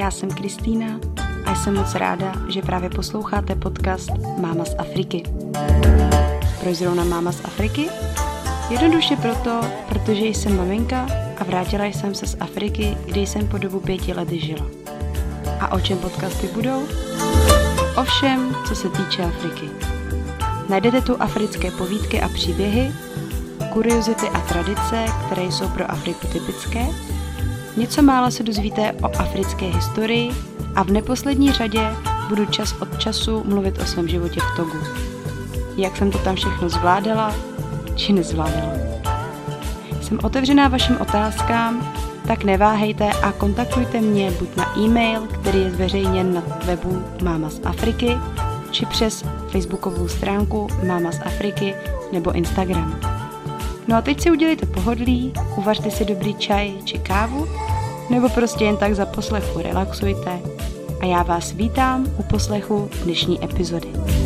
Já jsem Kristýna a jsem moc ráda, že právě posloucháte podcast Máma z Afriky. Proč zrovna Máma z Afriky? Jednoduše proto, protože jsem maminka a vrátila jsem se z Afriky, kde jsem po dobu 5 let žila. A o čem podcasty budou? O všem, co se týče Afriky. Najdete tu africké povídky a příběhy, kuriozity a tradice, které jsou pro Afriku typické. Něco málo se dozvíte o africké historii a v neposlední řadě budu čas od času mluvit o svém životě v Togu. Jak jsem to tam všechno zvládala, či nezvládala. Jsem otevřená vašim otázkám, tak neváhejte a kontaktujte mě buď na e-mail, který je zveřejněn na webu Máma z Afriky, či přes facebookovou stránku Máma z Afriky nebo Instagram. No a teď si udělejte pohodlí, uvařte si dobrý čaj či kávu, nebo prostě jen tak za poslechu relaxujte a já vás vítám u poslechu dnešní epizody.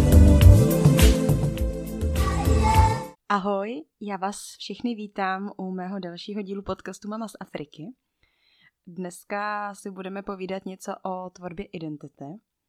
Ahoj, já vás všechny vítám u mého dalšího dílu podcastu Mama z Afriky. Dneska si budeme povídat něco o tvorbě identity.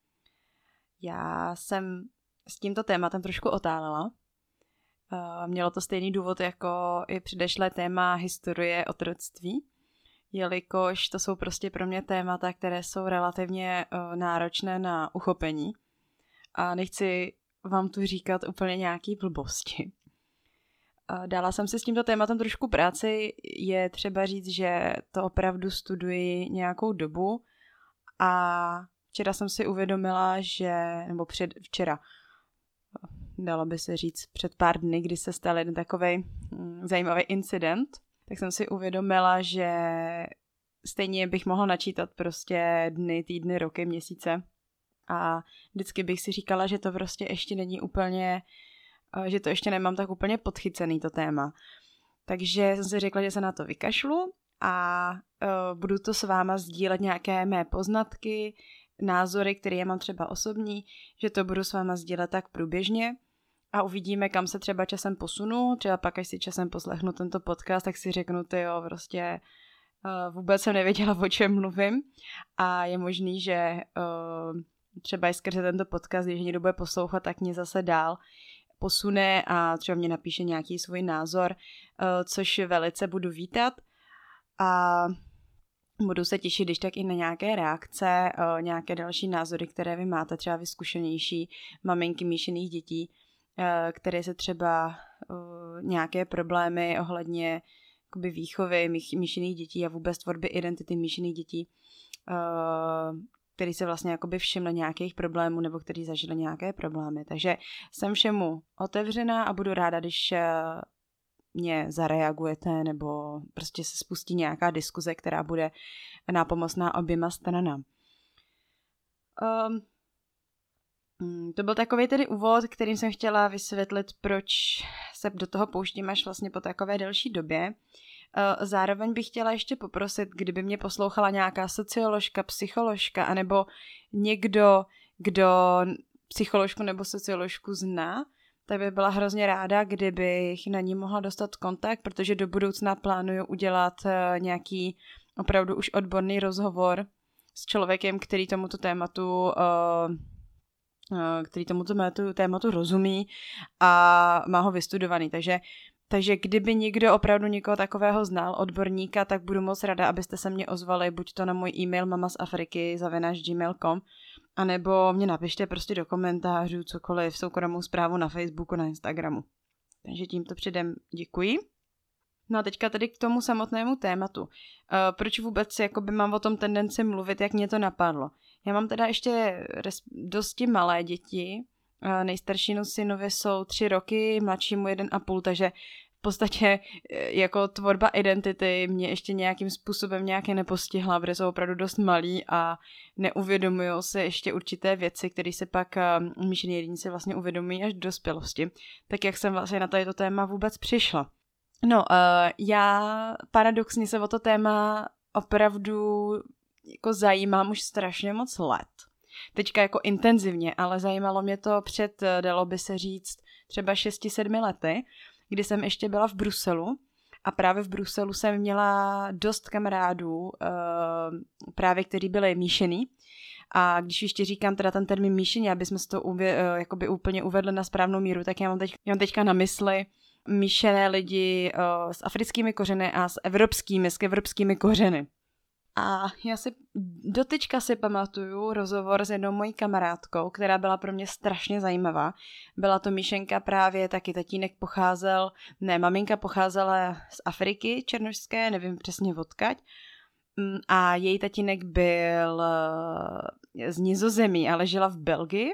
Já jsem s tímto tématem trošku otálela. Mělo to stejný důvod jako i předešlé téma historie otroctví, jelikož to jsou prostě pro mě témata, které jsou relativně náročné na uchopení a nechci vám tu říkat úplně nějaký blbosti. Dala jsem si s tímto tématem trošku práci, je třeba říct, že to opravdu studuji nějakou dobu a včera jsem si uvědomila, nebo včera, dalo by se říct před pár dny, kdy se stal jeden takovej zajímavý incident, tak jsem si uvědomila, že stejně bych mohla načítat prostě dny, týdny, roky, měsíce a vždycky bych si říkala, že to prostě ještě není úplně, že to ještě nemám tak úplně podchycený to téma. Takže jsem si řekla, že se na to vykašlu a budu to s váma sdílet nějaké mé poznatky, názory, které mám třeba osobní, že to budu s váma sdílet tak průběžně a uvidíme, kam se třeba časem posunu, třeba pak, až si časem poslechnu tento podcast, tak si řeknu, prostě vůbec jsem nevěděla, o čem mluvím a je možný, že třeba i skrze tento podcast, když někdo bude poslouchat, tak mě zase dál posune a třeba mě napíše nějaký svůj názor, což velice budu vítat a budu se těšit, když tak i na nějaké reakce, nějaké další názory, které vy máte, třeba vy zkušenější maminky míšených dětí, které se třeba nějaké problémy ohledně výchovy míšených dětí a vůbec tvorby identity míšených dětí, který se vlastně jakoby všiml nějakých problémů nebo který zažili nějaké problémy. Takže jsem všemu otevřená a budu ráda, když mě zareagujete nebo prostě se spustí nějaká diskuze, která bude nápomocná oběma stranám. To byl takový tedy úvod, kterým jsem chtěla vysvětlit, proč se do toho pouštím až vlastně po takové delší době. Zároveň bych chtěla ještě poprosit, kdyby mě poslouchala nějaká socioložka, psycholožka, anebo někdo, kdo psycholožku nebo socioložku zná, tak by byla hrozně ráda, kdybych na ní mohla dostat kontakt, protože do budoucna plánuju udělat nějaký opravdu už odborný rozhovor s člověkem, který tomuto tématu rozumí a má ho vystudovaný. Takže kdyby někdo opravdu někoho takového znal, odborníka, tak budu moc ráda, abyste se mě ozvali, buď to na můj e-mail mamasafriky@gmail.com, anebo mě napište prostě do komentářů cokoliv, soukromou zprávu na Facebooku, na Instagramu. Takže tímto předem děkuji. No a teďka tedy k tomu samotnému tématu. Proč vůbec jakoby mám o tom tendenci mluvit, jak mě to napadlo? Já mám teda ještě dosti malé děti, nejstaršímu synovi jsou 3 roky, mladšímu 1,5, takže v podstatě jako tvorba identity mě ještě nějakým způsobem nějaké nepostihla, protože jsou opravdu dost malí a neuvědomují se ještě určité věci, které se pak míšení jedinci vlastně uvědomují až do dospělosti. Tak jak jsem vlastně na toto téma vůbec přišla? No, já paradoxně se o to téma opravdu jako zajímám už strašně moc let. Teďka jako intenzivně, ale zajímalo mě to před, dalo by se říct, třeba 6-7 lety, kdy jsem ještě byla v Bruselu A právě v Bruselu jsem měla dost kamarádů, právě kteří byli míšený. A když ještě říkám teda ten termín míšení, aby jsme si to jakoby úplně uvedli na správnou míru, tak já mám teďka na mysli míšené lidi s africkými kořeny a s evropskými kořeny. A já si doteďka si pamatuju rozhovor s jednou mojí kamarádkou, která byla pro mě strašně zajímavá. Byla to míšenka právě, taky maminka pocházela z Afriky černošské, nevím přesně odkud. A její tatínek byl z Nizozemí, ale žila v Belgii.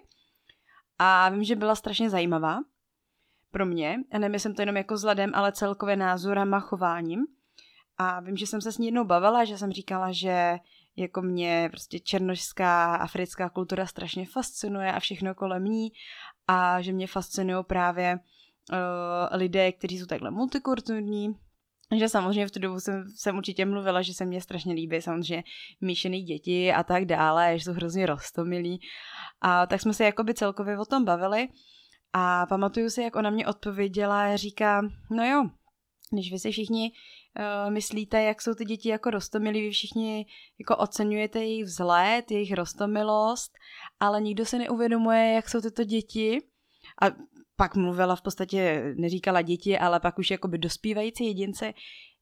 A vím, že byla strašně zajímavá pro mě. A nemyslím to jenom jako vzhledem, ale celkově názorem a chováním. A vím, že jsem se s ní jednou bavila, že jsem říkala, že jako mě prostě černošská africká kultura strašně fascinuje a všechno kolem ní. A že mě fascinují právě lidé, kteří jsou takhle multikulturní. Že samozřejmě v tu dobu jsem určitě mluvila, že se mně strašně líbí samozřejmě míšený děti a tak dále, že jsou hrozně roztomilí. A tak jsme se jakoby celkově o tom bavili a pamatuju si, jak ona mě odpověděla a říká, no jo, když vy si všichni myslíte, jak jsou ty děti jako roztomilí, vy všichni jako oceňujete jejich vzhled, jejich roztomilost, ale nikdo se neuvědomuje, jak jsou tyto děti. A pak mluvila v podstatě, neříkala děti, ale pak už jakoby dospívající jedince,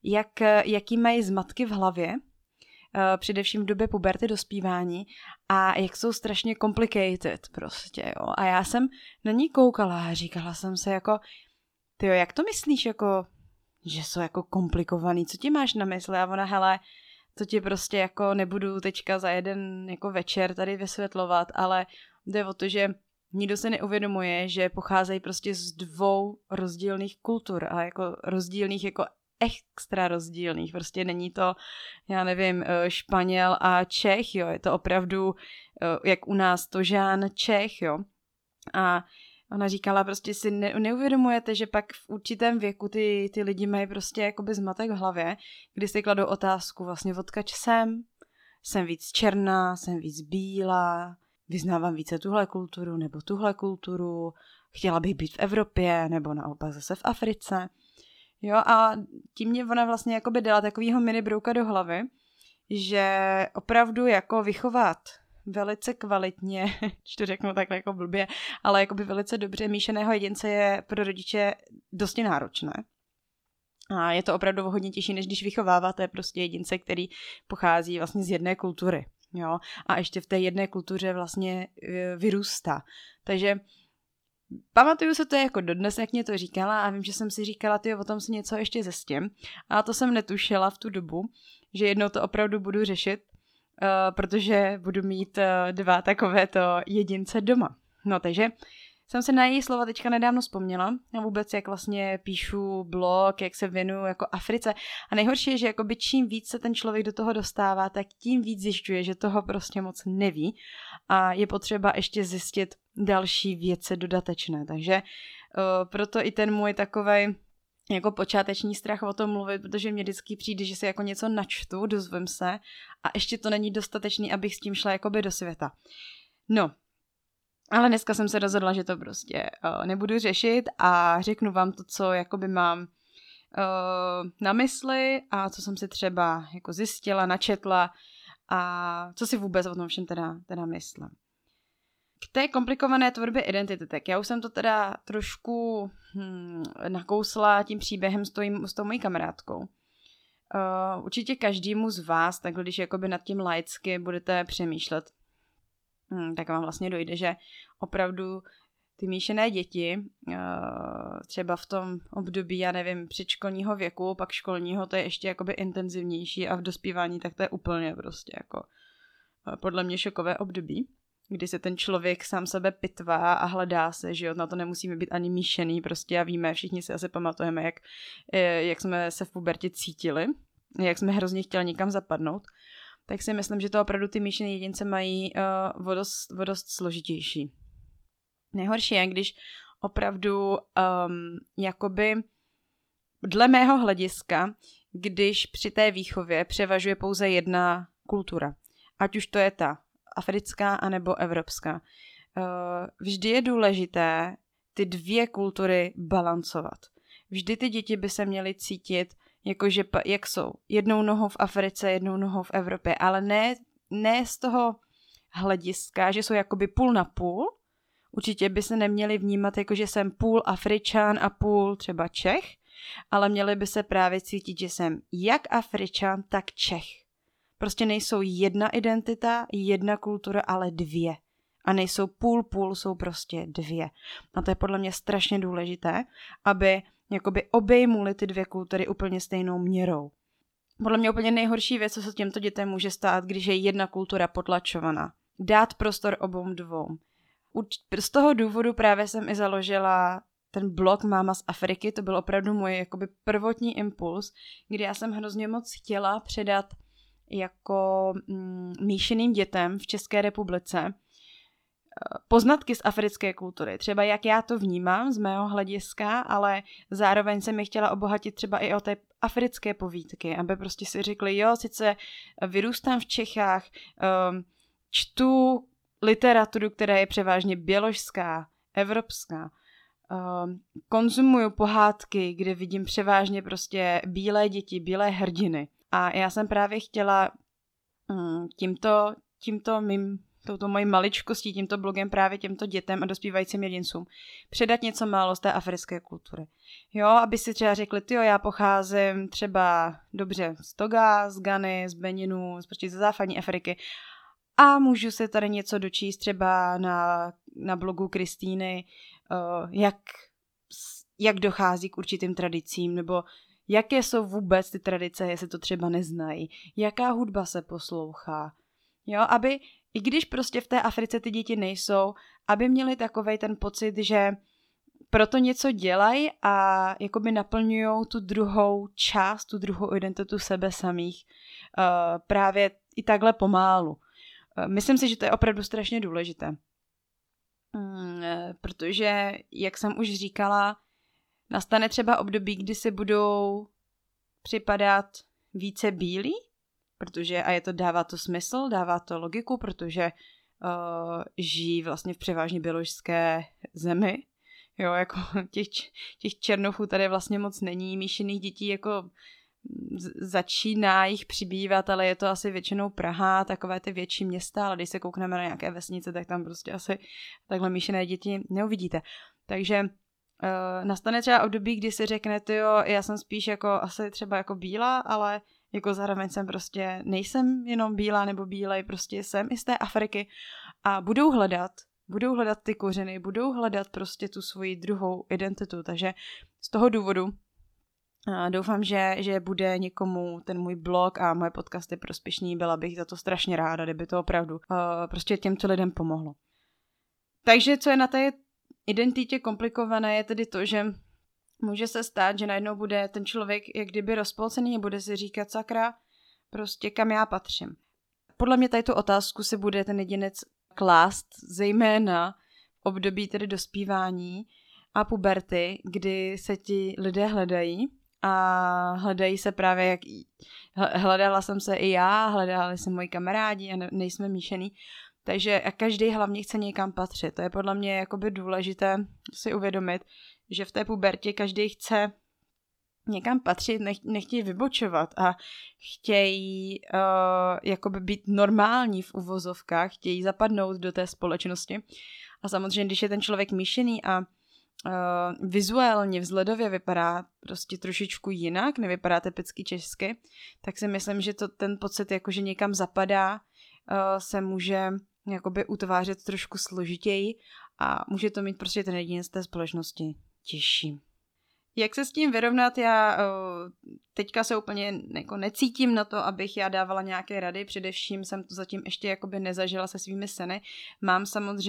jaký mají zmatky v hlavě, především v době puberty dospívání a jak jsou strašně complicated prostě, jo. A já jsem na ní koukala a říkala jsem se jako, tyjo, jak to myslíš, jako, že jsou jako komplikovaný, co ti máš na mysli? A ona, hele, to ti prostě jako nebudu teďka za jeden jako večer tady vysvětlovat, ale jde o to, že nikdo se neuvědomuje, že pocházejí prostě z dvou rozdílných kultur a jako rozdílných, jako extra rozdílných. Prostě není to, já nevím, Španěl a Čech, jo. Je to opravdu, jak u nás to Žán Čech, jo. A ona říkala, prostě si neuvědomujete, že pak v určitém věku ty lidi mají prostě jakoby zmatek v hlavě, kdy si kladou otázku vlastně odkač jsem víc černá, jsem víc bílá, vyznávám více tuhle kulturu, chtěla bych být v Evropě, nebo naopak zase v Africe. Jo, a tím mě ona vlastně jakoby dala takovýho mini brouka do hlavy, že opravdu jako vychovat velice kvalitně, když to řeknu takhle jako blbě, ale jakoby velice dobře míšeného jedince je pro rodiče dosti náročné. A je to opravdu hodně těžší, než když vychováváte prostě jedince, který pochází vlastně z jedné kultury. Jo? A ještě v té jedné kultuře vlastně vyrůstá. Takže pamatuju se to jako dodnes, jak mě to říkala a vím, že jsem si říkala, tyjo, o tom si něco ještě zjistím. A to jsem netušila v tu dobu, že jednou to opravdu budu řešit, protože budu mít dva takovéto jedince doma. No takže jsem se na její slova teďka nedávno vzpomněla a vůbec jak vlastně píšu blog, jak se věnuju jako Africe. A nejhorší je, že jakoby čím víc se ten člověk do toho dostává, tak tím víc zjišťuje, že toho prostě moc neví a je potřeba ještě zjistit další věci dodatečné. Takže proto i ten můj takovej jako počáteční strach o tom mluvit, protože mě vždycky přijde, že si jako něco načtu, dozvím se a ještě to není dostatečný, abych s tím šla jakoby do světa. No, ale dneska jsem se rozhodla, že to prostě nebudu řešit a řeknu vám to, co jakoby mám na mysli a co jsem si třeba jako zjistila, načetla a co si vůbec o tom všem teda myslím. K té komplikované tvorbě identity, tak já už jsem to teda trošku nakousla tím příběhem s tou mojí kamarádkou. Určitě každému z vás, takhle když jakoby nad tím laicky budete přemýšlet, tak vám vlastně dojde, že opravdu ty míšené děti, třeba v tom období, já nevím, předškolního věku, pak školního, to je ještě jakoby intenzivnější a v dospívání tak to je úplně prostě jako podle mě šokové období, kdy se ten člověk sám sebe pitvá a hledá se, že jo, na to nemusíme být ani míšený prostě a víme, všichni si asi pamatujeme, jak jsme se v pubertě cítili, jak jsme hrozně chtěli někam zapadnout, tak si myslím, že to opravdu ty míšené jedince mají o dost složitější. Nejhorší je, když opravdu jakoby dle mého hlediska, když při té výchově převažuje pouze jedna kultura, ať už to je ta africká anebo evropská. Vždy je důležité ty dvě kultury balancovat. Vždy ty děti by se měly cítit jakože jak jsou, jednou nohou v Africe, jednou nohou v Evropě, ale ne z toho hlediska, že jsou jakoby půl na půl. Určitě by se neměli vnímat jako, že jsem půl Afričan a půl třeba Čech, ale měli by se právě cítit, že jsem jak Afričan, tak Čech. Prostě nejsou jedna identita, jedna kultura, ale dvě. A nejsou půl, jsou prostě dvě. A to je podle mě strašně důležité, aby jakoby obejmuli ty dvě kultury úplně stejnou měrou. Podle mě úplně nejhorší věc, co se těmto dětem může stát, když je jedna kultura potlačovaná. Dát prostor obou dvou. Z toho důvodu právě jsem i založila ten blog Máma z Afriky, to byl opravdu můj jakoby prvotní impuls, kdy já jsem hrozně moc chtěla předat jako míšeným dětem v České republice poznatky z africké kultury. Třeba jak já to vnímám z mého hlediska, ale zároveň jsem je chtěla obohatit třeba i o té africké povídky, aby prostě si řekli, jo, sice vyrůstám v Čechách, čtu literaturu, která je převážně běložská, evropská, konzumuju pohádky, kde vidím převážně prostě bílé děti, bílé hrdiny. A já jsem právě chtěla touto mojí maličkostí, tímto blogem právě těmto dětem a dospívajícím jedincům předat něco málo z té africké kultury. Jo, aby si třeba řekli, tyjo, já pocházím třeba dobře z Toga, z Ghany, z Beninu, prostě ze západní Afriky a můžu se tady něco dočíst třeba na blogu Kristýny, jak dochází k určitým tradicím, nebo jaké jsou vůbec ty tradice, jestli to třeba neznají, jaká hudba se poslouchá. Jo, aby, i když prostě v té Africe ty děti nejsou, aby měli takovej ten pocit, že proto něco dělají a jakoby naplňují tu druhou část, tu druhou identitu sebe samých právě i takhle pomálu. Myslím si, že to je opravdu strašně důležité. Protože, jak jsem už říkala, nastane třeba období, kdy si budou připadat více bílí, protože, a dává to smysl, dává to logiku, protože žijí vlastně v převážně běložské zemi. Jo, jako těch černochů tady vlastně moc není, míšených dětí jako začíná jich přibývat, ale je to asi většinou Praha, takové ty větší města, ale když se koukneme na nějaké vesnice, tak tam prostě asi takhle míšené děti neuvidíte. Takže nastane třeba období, kdy si řeknete, jo, já jsem spíš jako asi třeba jako bílá, ale jako zároveň jsem prostě nejsem jenom bílá nebo bílej, prostě jsem i z té Afriky a budou hledat ty kořeny, budou hledat prostě tu svoji druhou identitu, takže z toho důvodu doufám, že bude někomu ten můj blog a moje podcasty prospěšný, byla bych za to strašně ráda, kdyby to opravdu prostě těmto lidem pomohlo. Takže co je na té identitě komplikované, je tedy to, že může se stát, že najednou bude ten člověk jak kdyby rozpolcený a bude si říkat, sakra, prostě kam já patřím. Podle mě tady tu otázku si bude ten jedinec klást, zejména v období tedy dospívání a puberty, kdy se ti lidé hledají a hledají se právě jak hledala jsem se i já, hledali se moji kamarádi a nejsme míšený. Takže každý hlavně chce někam patřit. To je podle mě jakoby důležité si uvědomit, že v té pubertě každý chce někam patřit, nechtějí vybočovat a chtějí jakoby být normální v uvozovkách, chtějí zapadnout do té společnosti. A samozřejmě, když je ten člověk míšený a vizuálně, vzhledově vypadá prostě trošičku jinak, nevypadá typicky česky, tak si myslím, že ten pocit, jako že někam zapadá, se může jakoby utvářet trošku složitěji a může to mít prostě ten jedinec z té společnosti těžší. Jak se s tím vyrovnat? Já teďka se úplně jako necítím na to, abych já dávala nějaké rady, především jsem to zatím ještě jakoby nezažila se svými syny. Mám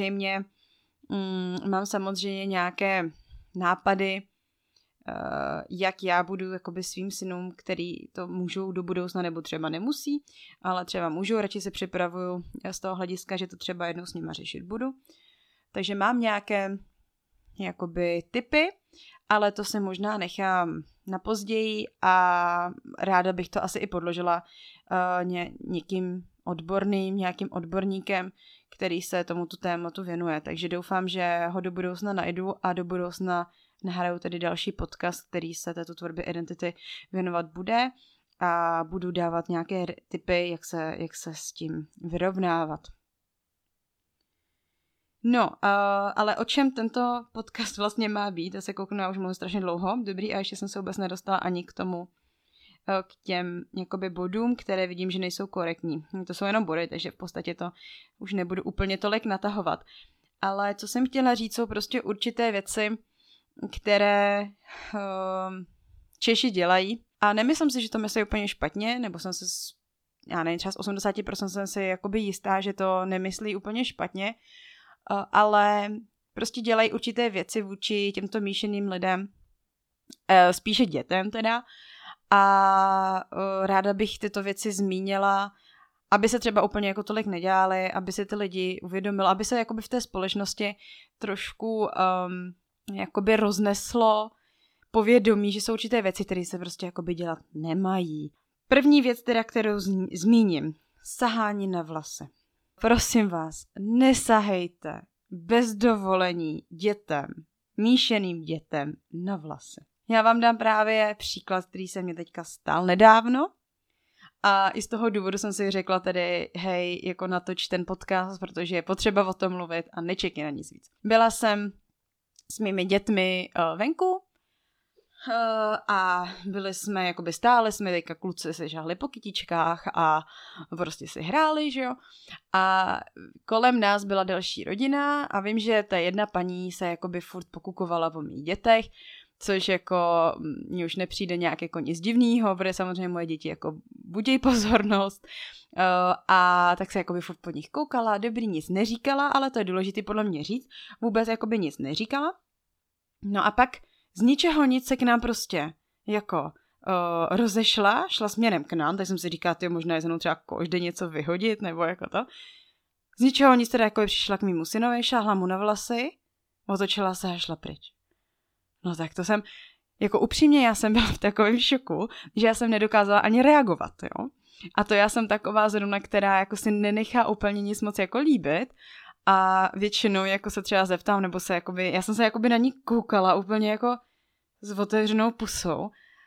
samozřejmě nějaké nápady, jak já budu jakoby svým synům, který to můžou do budoucna nebo třeba nemusí, ale třeba můžou, radši se připravuju z toho hlediska, že to třeba jednou s nima řešit budu. Takže mám nějaké jakoby tipy, ale to se možná nechám na později a ráda bych to asi i podložila někým odborným, nějakým odborníkem, který se tomuto tématu věnuje. Takže doufám, že ho do budoucna najdu a do budoucna nahraju tedy další podcast, který se této tvorbě identity věnovat bude a budu dávat nějaké tipy, jak se s tím vyrovnávat. No, ale o čem tento podcast vlastně má být? Já se kouknu, já už mluvím strašně dlouho. Dobrý, a ještě jsem se vůbec nedostala ani k tomu, k těm jakoby bodům, které vidím, že nejsou korektní. To jsou jenom body, takže v podstatě to už nebudu úplně tolik natahovat. Ale co jsem chtěla říct, jsou prostě určité věci, které Češi dělají. A nemyslím si, že to myslí úplně špatně, nebo jsem se, já nevím, třeba z 80% jsem si jakoby jistá, že to nemyslí úplně špatně, ale prostě dělají určité věci vůči těmto míšeným lidem, spíše dětem teda, a ráda bych tyto věci zmínila, aby se třeba úplně jako tolik nedělali, aby se ty lidi uvědomili, aby se jakoby v té společnosti trošku jakoby rozneslo povědomí, že jsou určité věci, které se prostě jakoby dělat nemají. První věc teda, kterou zmíním, sahání na vlasy. Prosím vás, nesahejte bez dovolení dětem, míšeným dětem na vlasy. Já vám dám právě příklad, který se mě teďka stal nedávno a i z toho důvodu jsem si řekla tedy, hej, jako natoč ten podcast, protože je potřeba o tom mluvit a nečekej na nic víc. Byla jsem s mými dětmi venku a byli jsme, jakoby stáli jsme, teďka kluci se žahli po kytičkách a prostě si hráli, že jo. A kolem nás byla další rodina a vím, že ta jedna paní se jakoby furt pokukovala po mých dětech, což jako mně už nepřijde nějak jako nic divnýho, protože samozřejmě moje děti jako budějí pozornost a tak se jakoby furt po nich koukala, dobrý, nic neříkala, ale to je důležité podle mě říct, vůbec jakoby nic neříkala. No a pak z ničeho nic se k nám prostě jako rozešla, šla směrem k nám, tak jsem si říkala, ty možná je třeba každý něco vyhodit, nebo jako to. Z ničeho nic teda jako přišla k mému synovi, šáhla mu na vlasy, otočila se a šla pryč. No tak to jsem, jako upřímně já jsem byla v takovém šoku, že já jsem nedokázala ani reagovat, jo. A to já jsem taková zrovna, která jako si nenechá úplně nic moc jako líbit a většinou jako se třeba zeptám, nebo se jakoby, já jsem se jakoby na ní koukala úplně jako s otevřenou pusou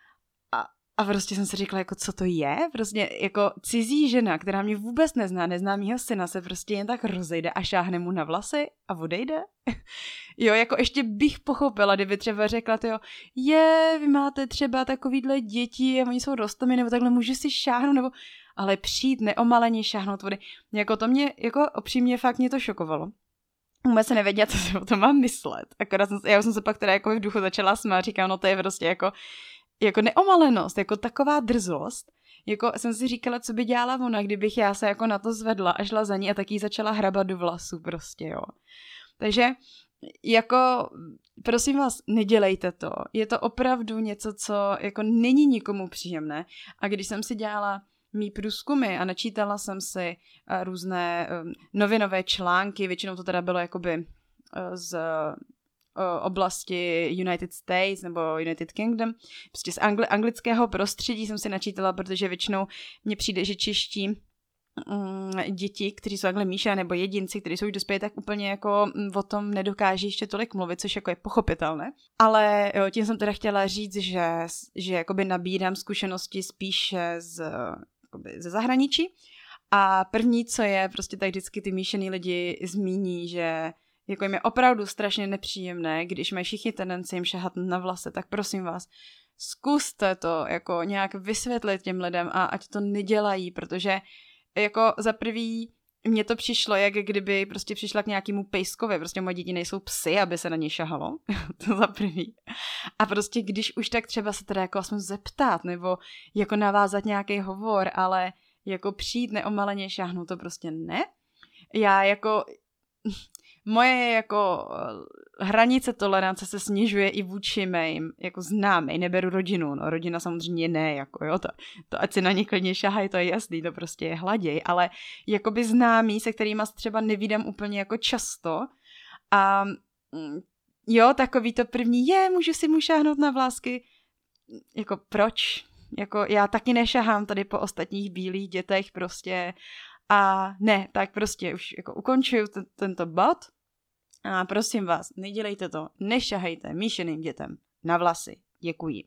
a prostě jsem si říkala, jako co to je, prostě jako cizí žena, která mě vůbec nezná mýho syna, se prostě jen tak rozejde a šáhne mu na vlasy a odejde. Jo, jako ještě bych pochopila, kdyby třeba řekla, jo, vy máte třeba takovýhle děti a oni jsou rostliny, nebo takhle můžu si šáhnout, nebo ale přijít neomaleně šáhnout vody. Jako to mě, jako upřímně fakt mě to šokovalo. Vůbec se nevěděla, co si o tom mám myslet. Akorát já jsem se pak teda jako v duchu začala smát, říkám, no to je prostě jako neomalenost, jako taková drzost. Jako jsem si říkala, co by dělala ona, kdybych já se jako na to zvedla a šla za ní a taky začala hrabat do vlasů prostě, jo. Takže jako prosím vás, nedělejte to. Je to opravdu něco, co jako není nikomu příjemné. A když jsem si dělala mý průzkumy a načítala jsem si různé novinové články, většinou to teda bylo jakoby z oblasti United States nebo United Kingdom, prostě z anglického prostředí jsem si načítala, protože většinou mně přijde, že čeští děti, kteří jsou takhle míšené, nebo jedinci, kteří jsou už dospělí, tak úplně jako o tom nedokáží ještě tolik mluvit, což jako je pochopitelné. Ale jo, tím jsem teda chtěla říct, že jakoby nabírám zkušenosti spíše ze zahraničí. A první, co je, prostě tak vždycky ty míšený lidi zmíní, že jako jim je opravdu strašně nepříjemné, když mají všichni tendenci jim šahat na vlasy, tak prosím vás, zkuste to jako nějak vysvětlit těm lidem a ať to nedělají, protože jako za prvý mně to přišlo, jak kdyby prostě přišla k nějakému pejskovi, prostě moje děti nejsou psy, aby se na ně šahalo, to za prvý. A prostě když už tak třeba se teda jako aspoň zeptat, nebo jako navázat nějaký hovor, ale jako přijít neomaleně šáhnout, to prostě ne. Já jako moje jako hranice tolerance se snižuje i vůči mým jako známej, neberu rodinu, no rodina samozřejmě ne, jako jo, to ať si na ně klidně šahají, to je jasný, to prostě je hladěj, ale jakoby známí, se kterými třeba nevídám úplně jako často a jo, takový to první, můžu si mu šáhnout na vlásky, jako proč? Jako já taky nešahám tady po ostatních bílých dětech prostě a ne, tak prostě už jako ukončuju tento bod A prosím vás, nedělejte to, nešahejte míšeným dětem na vlasy. Děkuji.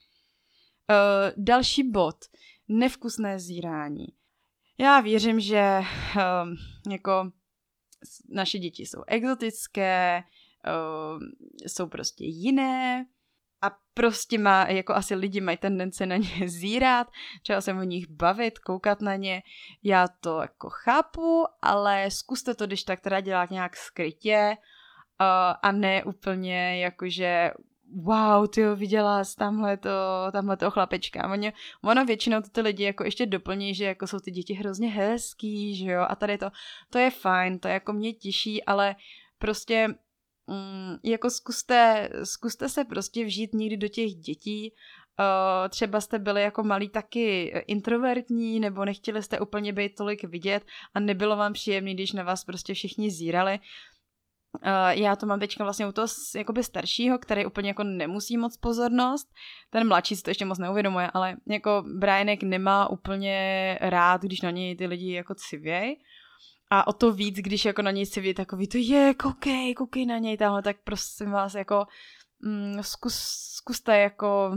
Další bod. Nevkusné zírání. Já věřím, že jako naše děti jsou exotické, jsou prostě jiné a prostě jako asi lidi mají tendenci na ně zírat, třeba se o nich bavit, koukat na ně. Já to jako chápu, ale zkuste to, když tak teda dělat nějak skrytě a ne úplně jakože wow, tyjo, viděla jsi tamhle toho chlapečka. Ono většinou ty lidi jako ještě doplní, že jako jsou ty děti hrozně hezký, že jo, a tady to je fajn, to jako mě těší, ale prostě jako zkuste se prostě vžít někdy do těch dětí. Třeba jste byli jako malí taky introvertní, nebo nechtěli jste úplně být tolik vidět a nebylo vám příjemný, když na vás prostě všichni zírali. Já to mám teďka vlastně u toho jakoby staršího, který úplně jako nemusí moc pozornost. Ten mladší si to ještě moc neuvědomuje, ale jako Brianek nemá úplně rád, když na něj ty lidi jako civěj. A o to víc, když jako na něj civěj takový to koukej na něj tamhle, tak prosím vás jako zkuste jako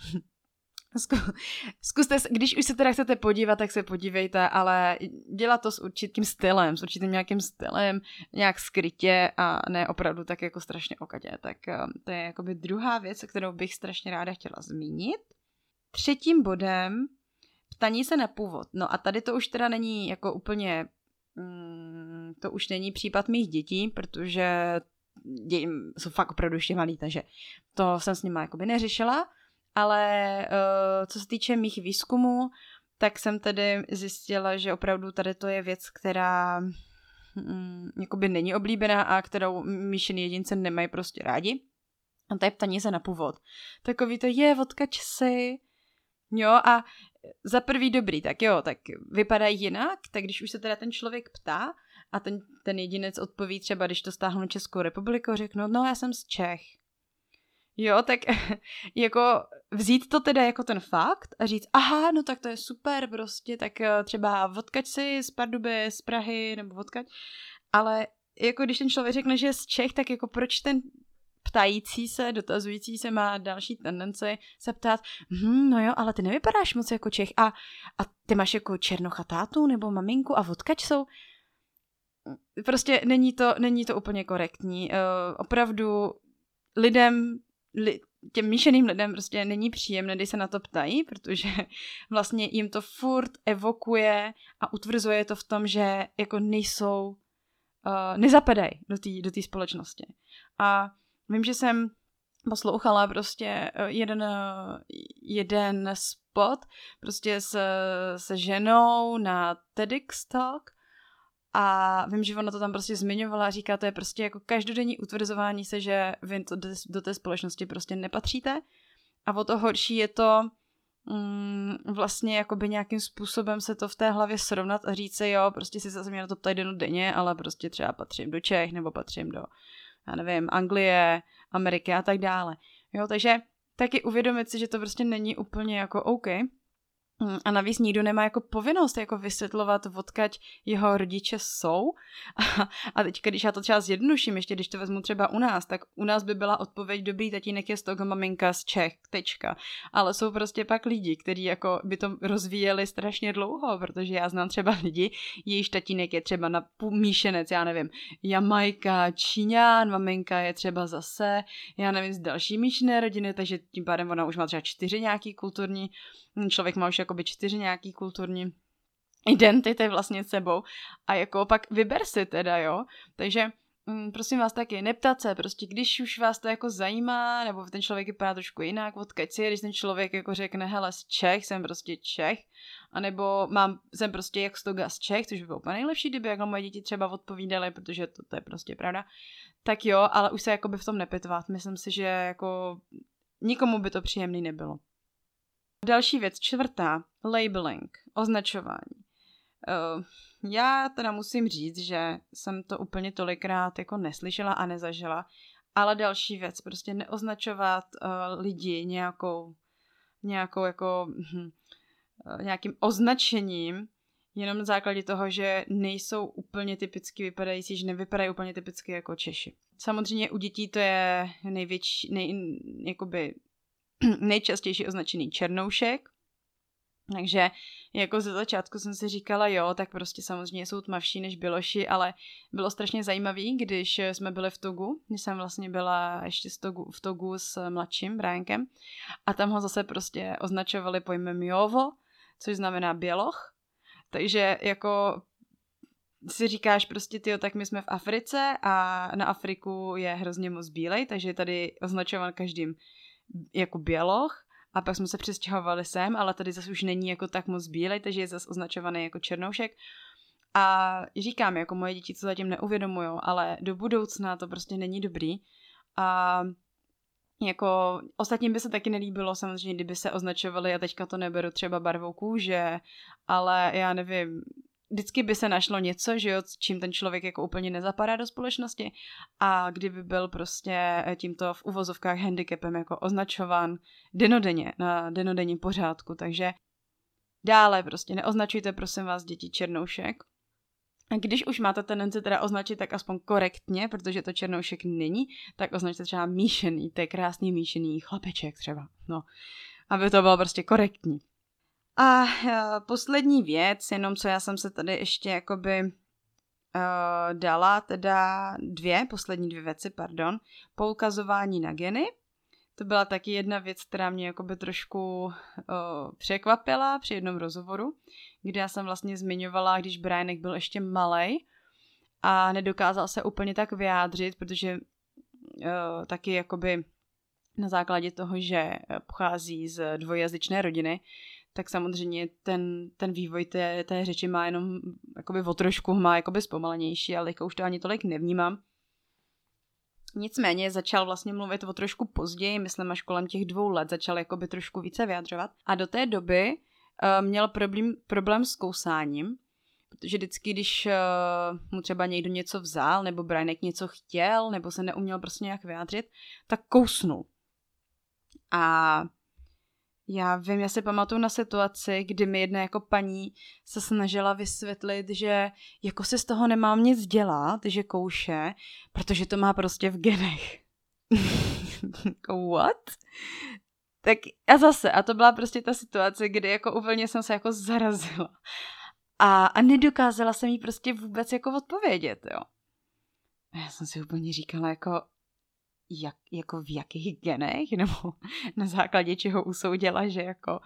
zkuste, když už se teda chcete podívat, tak se podívejte, ale dělat to s určitým nějakým stylem, nějak skrytě a ne opravdu tak jako strašně okatě. Tak to je jakoby druhá věc, kterou bych strašně ráda chtěla zmínit. Třetím bodem, ptaní se na původ. No a tady to už teda není jako úplně, to už není případ mých dětí, protože jsou fakt opravdu ještě malí, takže to jsem s nima jakoby neřešila. Ale co se týče mých výzkumů, tak jsem tedy zjistila, že opravdu tady to je věc, která jakoby není oblíbená a kterou míšený jedince nemají prostě rádi. A to je ptaní se na původ. Takový to odkač si. Jo, a za prvý dobrý, tak jo, tak vypadají jinak, tak když už se teda ten člověk ptá a ten jedinec odpoví třeba, když to stáhnu Českou republiku, řeknu, no já jsem z Čech. Jo, tak jako vzít to teda jako ten fakt a říct, aha, no tak to je super prostě, tak třeba odkaď si z Parduby, z Prahy nebo odkaď, ale jako když ten člověk řekne, že je z Čech, tak jako proč ten ptající se, dotazující se má další tendenci se ptát, no jo, ale ty nevypadáš moc jako Čech a ty máš jako černocha tátu nebo maminku a odkaď jsou? Prostě není to úplně korektní. Opravdu těm míšeným lidem prostě není příjemné, když se na to ptají, protože vlastně jim to furt evokuje a utvrzuje to v tom, že jako nezapadají do té společnosti. A vím, že jsem poslouchala prostě jeden spot prostě se ženou na TEDx Talk a vím, že ona to tam prostě zmiňovala a říká, to je prostě jako každodenní utvrzování se, že vy do té společnosti prostě nepatříte a o to horší je to vlastně jakoby nějakým způsobem se to v té hlavě srovnat a říct se, jo, prostě si se mě na to ptají denně, ale prostě třeba patřím do Čech nebo patřím do, já nevím, Anglie, Ameriky a tak dále. Jo, takže taky uvědomit si, že to prostě není úplně jako OK. A navíc nikdo nemá jako povinnost jako vysvětlovat, odkud jeho rodiče jsou. A teďka, když já to třeba zjednoduším, ještě když to vezmu třeba u nás, tak u nás by byla odpověď, dobrý tatínek je z toho, maminka z Čech, tečka. Ale jsou prostě pak lidi, kteří jako by to rozvíjeli strašně dlouho, protože já znám třeba lidi, jejíž tatínek je třeba na míšenec, já nevím, Jamajka, Číňan, maminka je třeba zase, já nevím, z další míšené rodiny, takže tím pádem ona už má třeba 4 nějaký kulturní, člověk má už jakoby 4 nějaký kulturní identity vlastně sebou a jako pak vyber si teda, jo. Takže prosím vás taky, neptat se, prostě když už vás to jako zajímá, nebo ten člověk vypadá trošku jinak, odkud si je, když ten člověk jako řekne, hele, z Čech, jsem prostě Čech, anebo jsem prostě jak stoga z Čech, což by bylo úplně nejlepší, kdyby jako moje děti třeba odpovídaly, protože to je prostě pravda, tak jo, ale už se jakoby v tom nepitvat, myslím si, že jako nikomu by to příjemný nebylo. Další věc, 4. Labeling, označování. Já teda musím říct, že jsem to úplně tolikrát jako neslyšela a nezažila, ale další věc, prostě neoznačovat lidi nějakým označením, Jenom na základě toho, že nejsou úplně typicky vypadající, že nevypadají úplně typicky jako Češi. Samozřejmě u dětí to je nejčastější označený černoušek. Takže jako ze začátku jsem si říkala, jo, tak prostě samozřejmě jsou tmavší než běloši, ale bylo strašně zajímavý, když jsme byli v Togu, když jsem vlastně byla ještě v Togu s mladším Briankem a tam ho zase prostě označovali pojmem jovo, což znamená běloch. Takže jako si říkáš prostě, tyjo, tak my jsme v Africe a na Afriku je hrozně moc bílej, takže je tady označovan každým jako běloch. A pak jsme se přestěhovali sem, ale tady zase už není jako tak moc bílej, takže je zase označovaný jako černoušek. A říkám, jako moje děti to zatím neuvědomujou, ale do budoucna to prostě není dobrý. A jako ostatním by se taky nelíbilo samozřejmě, kdyby se označovali, a teďka to neberu třeba barvou kůže, ale já nevím, vždycky by se našlo něco, že jo, čím ten člověk jako úplně nezapadá do společnosti a kdyby byl prostě tímto v uvozovkách handicapem jako označován denodenně, na denodenním pořádku, takže dále prostě neoznačujte prosím vás děti černoušek. A když už máte tendenci teda označit tak aspoň korektně, protože to černoušek není, tak označte třeba míšený, to je krásný míšený chlapeček třeba, no, aby to bylo prostě korektní. A poslední věc, jenom co já jsem se tady ještě jakoby dala, teda poslední dvě věci, poukazování na geny. To byla taky jedna věc, která mě jakoby trošku překvapila při jednom rozhovoru, kde já jsem vlastně zmiňovala, když Brianek byl ještě malej a nedokázal se úplně tak vyjádřit, protože taky jakoby na základě toho, že pochází z dvojjazyčné rodiny, tak samozřejmě ten vývoj té řeči má jenom jakoby o trošku, má jakoby zpomalenější, ale už to ani tolik nevnímám. Nicméně začal vlastně mluvit o trošku později, myslím až kolem těch 2 let, začal jakoby trošku více vyjadřovat. A do té doby měl problém s kousáním, protože vždycky, když mu třeba někdo něco vzal, nebo Brianek něco chtěl, nebo se neuměl prostě nějak vyjádřit, tak kousnul. A já si pamatuju na situaci, kdy mi jedna jako paní se snažila vysvětlit, že jako se z toho nemám nic dělat, že kouše, protože to má prostě v genech. What? Tak a to byla prostě ta situace, kdy jako úplně jsem se jako zarazila. A nedokázala jsem jí prostě vůbec jako odpovědět, jo. A já jsem si úplně říkala jako v jakých genech, nebo na základě čeho usoudila, že jako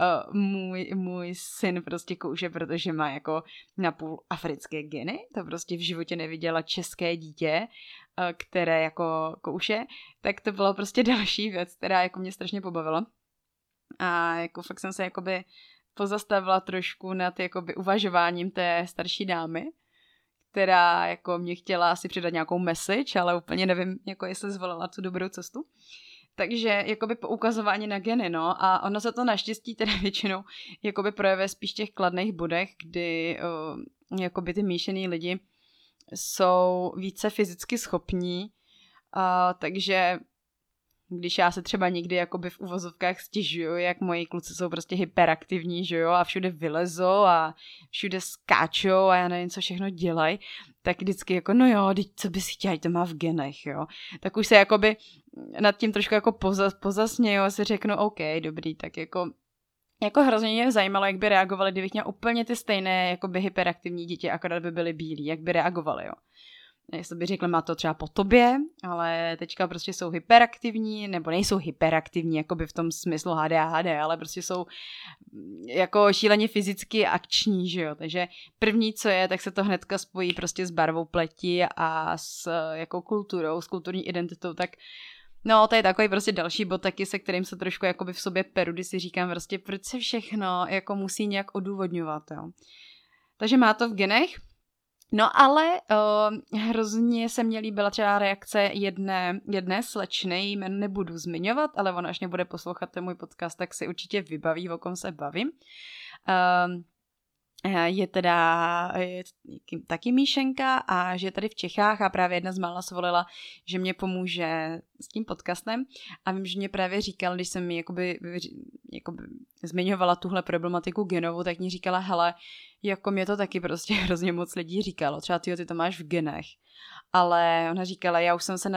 můj syn prostě kouše, protože má jako napůl africké geny, to prostě v životě neviděla české dítě, které jako kouše, tak to byla prostě další věc, která jako mě strašně pobavila. A jako fakt jsem se jakoby pozastavila trošku nad jakoby uvažováním té starší dámy, která jako mě chtěla asi předat nějakou message, ale úplně nevím, jako jestli zvolila tu dobrou cestu. Takže jakoby poukazování na geny, no, a ono se to naštěstí teda většinou jakoby projevuje spíš v těch kladných bodech, kdy jakoby ty míšený lidi jsou více fyzicky schopní, takže když já se třeba někdy jakoby v uvozovkách stěžuju, jak moji kluci jsou prostě hyperaktivní, že jo, a všude vylezou a všude skáčou a já nevím, co všechno dělají, tak vždycky jako, no jo, co bys chtěla, to má v genech, jo. Tak už se jakoby nad tím trošku jako pozasněju a si řeknu, OK, dobrý, tak jako hrozně mě zajímalo, jak by reagovali, kdybych měla úplně ty stejné jakoby hyperaktivní děti, akorát by byly bílí, jak by reagovali, jo. Jestli by řekla, má to třeba po tobě, ale teďka prostě jsou hyperaktivní, nebo nejsou hyperaktivní, jakoby v tom smyslu ADHD, ale prostě jsou jako šíleně fyzicky akční, že jo, takže první, co je, tak se to hnedka spojí prostě s barvou pleti a s jako kulturou, s kulturní identitou, tak no, to je takový prostě další bod taky, se kterým se trošku jakoby v sobě peru, kdy si říkám prostě, proč se všechno jako musí nějak odůvodňovat, jo. Takže má to v genech. No ale hrozně se mně líbila třeba reakce jedné slečny, jméno nebudu zmiňovat, ale ona až nebude poslouchat ten můj podcast, tak si určitě vybaví, o kom se bavím. je taky míšenka a že je tady v Čechách a právě jedna z mála svolila, že mě pomůže s tím podcastem a vím, že mě právě říkal, když jsem mi jakoby zmiňovala tuhle problematiku genovou, tak mě říkala, hele, jako mě to taky prostě hrozně moc lidí říkalo, třeba ty to máš v genech. Ale ona říkala, já už jsem se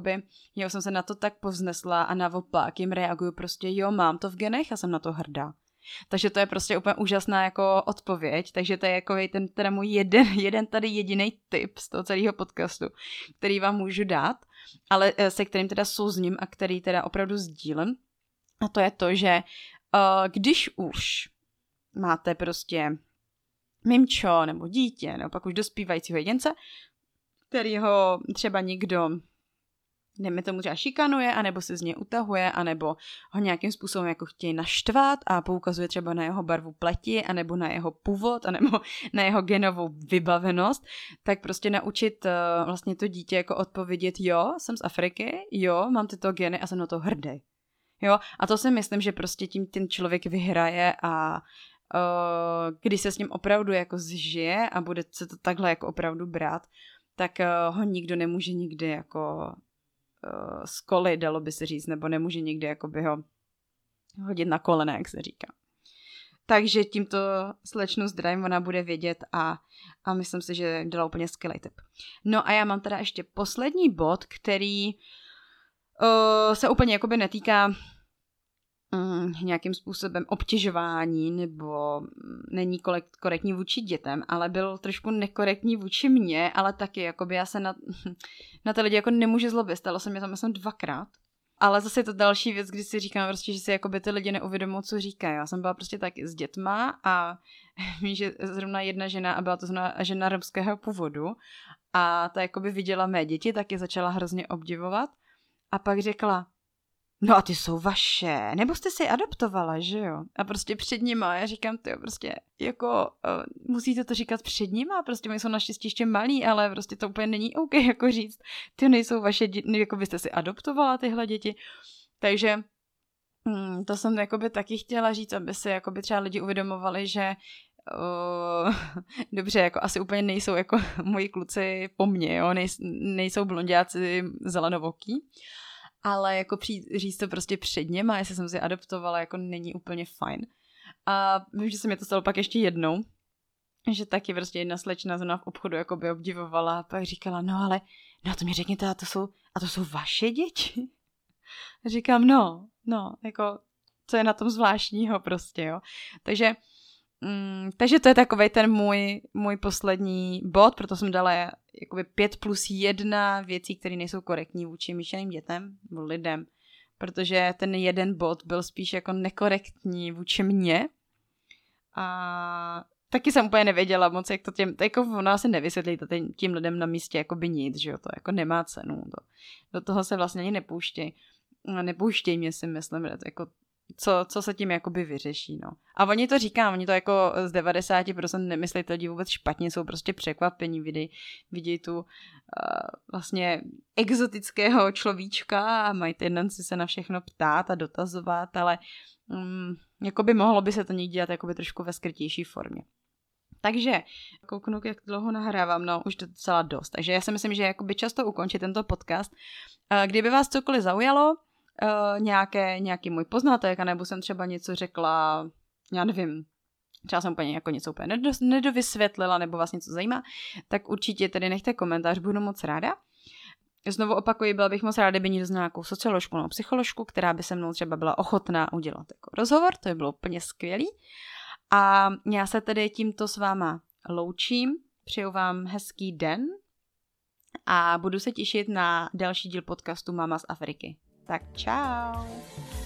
na to tak povznesla a naopak jim reaguju prostě, jo, mám to v genech a jsem na to hrdá. Takže to je prostě úplně úžasná jako odpověď, takže to je jako ten teda můj jeden tady jediný tip z toho celého podcastu, který vám můžu dát, ale se kterým teda souzním a který teda opravdu sdílím. A to je to, že když už máte prostě mimčo nebo dítě, nebo pak už dospívajícího jedince, kterýho třeba někdo dejme tomu třeba šikanuje, anebo se z něj utahuje, anebo ho nějakým způsobem jako chtějí naštvat a poukazuje třeba na jeho barvu pleti, anebo na jeho původ, anebo na jeho genovou vybavenost, tak prostě naučit vlastně to dítě jako odpovědět, jo, jsem z Afriky, jo, mám tyto geny a jsem na to hrdý. Jo, a to si myslím, že prostě tím ten člověk vyhraje a když se s ním opravdu jako zžije a bude se to takhle jako opravdu brát, tak ho nikdo nemůže nikdy jako z koly, dalo by se říct, nebo nemůže nikdy jakoby ho hodit na kolena, jak se říká. Takže tímto slečnu zdravím, ona bude vědět a myslím si, že dala úplně skvělý tip. No a já mám teda ještě poslední bod, který se úplně jakoby netýká nějakým způsobem obtěžování nebo není korektní vůči dětem, ale byl trošku nekorektní vůči mně, ale taky jakoby já se na ty lidi jako nemůžu zlobit. Stalo se mi tam myslím 2krát. Ale zase je to další věc, kdy si říkám prostě, že si jakoby ty lidi neuvědomují, co říkají. Já jsem byla prostě taky s dětma a vím, že zrovna jedna žena, a byla to zrovna žena romského původu a ta jakoby viděla mé děti, tak je začala hrozně obdivovat a pak řekla, no a ty jsou vaše, nebo jste si adoptovala, že jo? A prostě před nima, já říkám, tyjo, prostě jako musíte to říkat před nima, prostě oni jsou naštěstí ještě malí, ale prostě to úplně není OK jako říct, ty nejsou vaše děti, jako byste si adoptovala tyhle děti. Takže to jsem jakoby taky chtěla říct, aby si jakoby třeba lidi uvědomovali, že dobře, jako asi úplně nejsou jako moji kluci po mně, jo? Nejsou blonďáci zelenovoký, ale jako říct to prostě před něma, jestli jsem si adoptovala, jako není úplně fajn. A vím, že se mi to stalo pak ještě jednou, že taky prostě jedna slečna zrovna v obchodu jako by obdivovala a pak říkala, no ale, no to mi řekněte, a to jsou vaše děti? A říkám, no, jako, co je na tom zvláštního prostě, jo. Takže to je takovej ten můj poslední bod, proto jsem dala jakoby 5+1 věcí, které nejsou korektní vůči míšeným dětem nebo lidem, protože ten jeden bod byl spíš jako nekorektní vůči mně a taky jsem úplně nevěděla moc, jak to jako ona se nevysvětlí to tím lidem na místě jakoby nic, že jo, to jako nemá cenu, do toho se vlastně ani nepouštěj mě si myslím, jako co se tím jakoby vyřeší, no. A oni to to jako z 90% nemyslí to lidi vůbec špatně, jsou prostě překvapení, vidějí tu vlastně exotického človíčka a mají tendenci se na všechno ptát a dotazovat, ale jakoby mohlo by se to někdy dělat jakoby trošku ve skrytější formě. Takže kouknu, jak dlouho nahrávám, no už to docela dost. Takže já si myslím, že jakoby často ukončit tento podcast. Kdyby vás cokoliv zaujalo, nějaký můj poznatek, anebo jsem třeba něco řekla, já nevím, třeba jsem úplně jako něco úplně nedovysvětlila, nebo vás něco zajímá, tak určitě tedy nechte komentář, budu moc ráda. Znovu opakuji, byla bych moc ráda, kdyby někdo z nějakou socioložku nebo psycholožku, která by se mnou třeba byla ochotná udělat jako rozhovor, to by bylo úplně skvělý. A já se tedy tímto s váma loučím, přeju vám hezký den a budu se těšit na další díl podcastu Mama z Afriky. Tak čau!